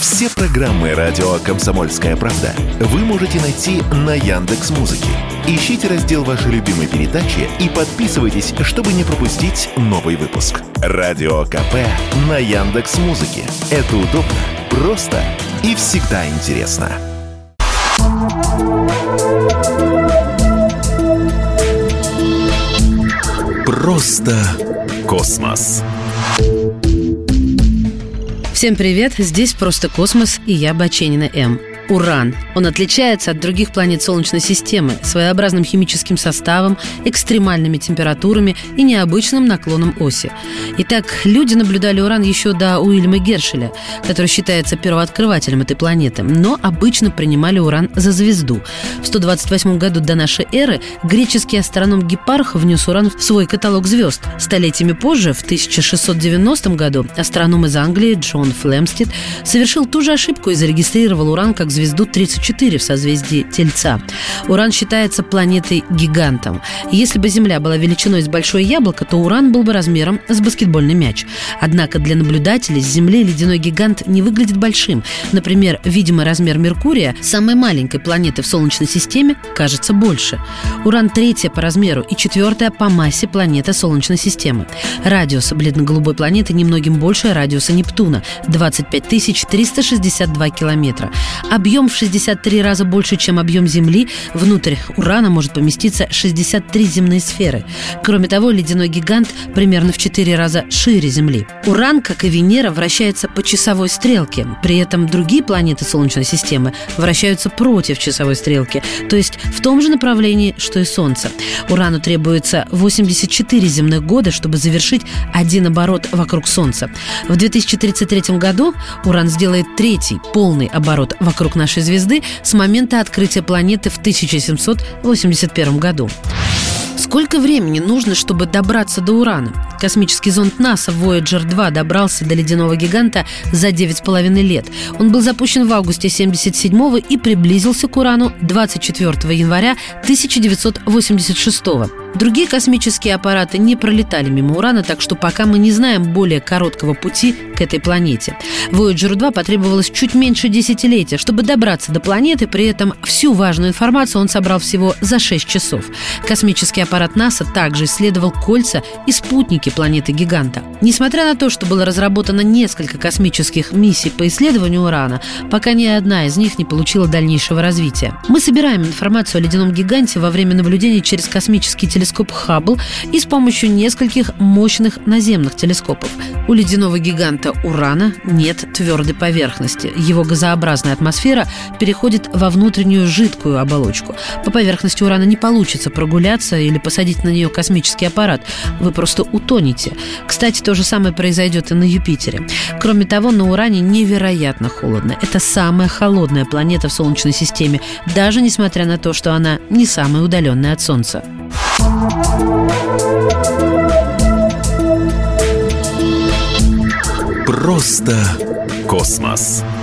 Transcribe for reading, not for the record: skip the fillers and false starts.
Все программы радио «Комсомольская правда» вы можете найти на Яндекс.Музыке. Ищите раздел вашей любимой передачи и подписывайтесь, чтобы не пропустить новый выпуск. Радио КП на Яндекс.Музыке. Это удобно, просто и всегда интересно. Просто космос. Всем привет, здесь «Просто космос» и я, Баченина М. Уран. Он отличается от других планет Солнечной системы своеобразным химическим составом, экстремальными температурами и необычным наклоном оси. Итак, люди наблюдали Уран еще до Уильяма Гершеля, который считается первооткрывателем этой планеты, но обычно принимали Уран за звезду. В 128 году до нашей эры греческий астроном Гиппарх внес Уран в свой каталог звезд. Столетиями позже, в 1690 году, астроном из Англии Джон Флемстед совершил ту же ошибку и зарегистрировал Уран как звезду 34 в созвездии Тельца. Уран считается планетой-гигантом. Если бы Земля была величиной с большое яблоко, то Уран был бы размером с баскетбольный мяч. Однако для наблюдателей с Земли ледяной гигант не выглядит большим. Например, видимый размер Меркурия, самой маленькой планеты в Солнечной системе, кажется больше. Уран третья по размеру и четвертая по массе планета Солнечной системы. Радиус бледно-голубой планеты немногим больше радиуса Нептуна – 25 362 километра. Объем в 63 раза больше, чем объем Земли. Внутрь Урана может поместиться 63 земные сферы. Кроме того, ледяной гигант примерно в 4 раза шире Земли. Уран, как и Венера, вращается по часовой стрелке. При этом другие планеты Солнечной системы вращаются против часовой стрелки, то есть в том же направлении, что и Солнце. Урану требуется 84 земных года, чтобы завершить один оборот вокруг Солнца. В 2033 году Уран сделает третий полный оборот вокруг нашей звезды с момента открытия планеты в 1781 году. Сколько времени нужно, чтобы добраться до Урана? Космический зонд НАСА Voyager 2 добрался до ледяного гиганта за 9,5 лет. Он был запущен в августе 1977 и приблизился к Урану 24 января 1986. Другие космические аппараты не пролетали мимо Урана, так что пока мы не знаем более короткого пути к этой планете. Voyager 2 потребовалось чуть меньше десятилетия, чтобы добраться до планеты, при этом всю важную информацию он собрал всего за 6 часов. Космический аппарат НАСА также исследовал кольца и спутники планеты-гиганта. Несмотря на то, что было разработано несколько космических миссий по исследованию Урана, пока ни одна из них не получила дальнейшего развития. Мы собираем информацию о ледяном гиганте во время наблюдений через космический телескоп Хаббл и с помощью нескольких мощных наземных телескопов. У ледяного гиганта Урана нет твердой поверхности. Его газообразная атмосфера переходит во внутреннюю жидкую оболочку. По поверхности Урана не получится прогуляться или посадить на нее космический аппарат. Вы просто утонете. Кстати, то же самое произойдет и на Юпитере. Кроме того, на Уране невероятно холодно. Это самая холодная планета в Солнечной системе, даже несмотря на то, что она не самая удаленная от Солнца. Просто космос.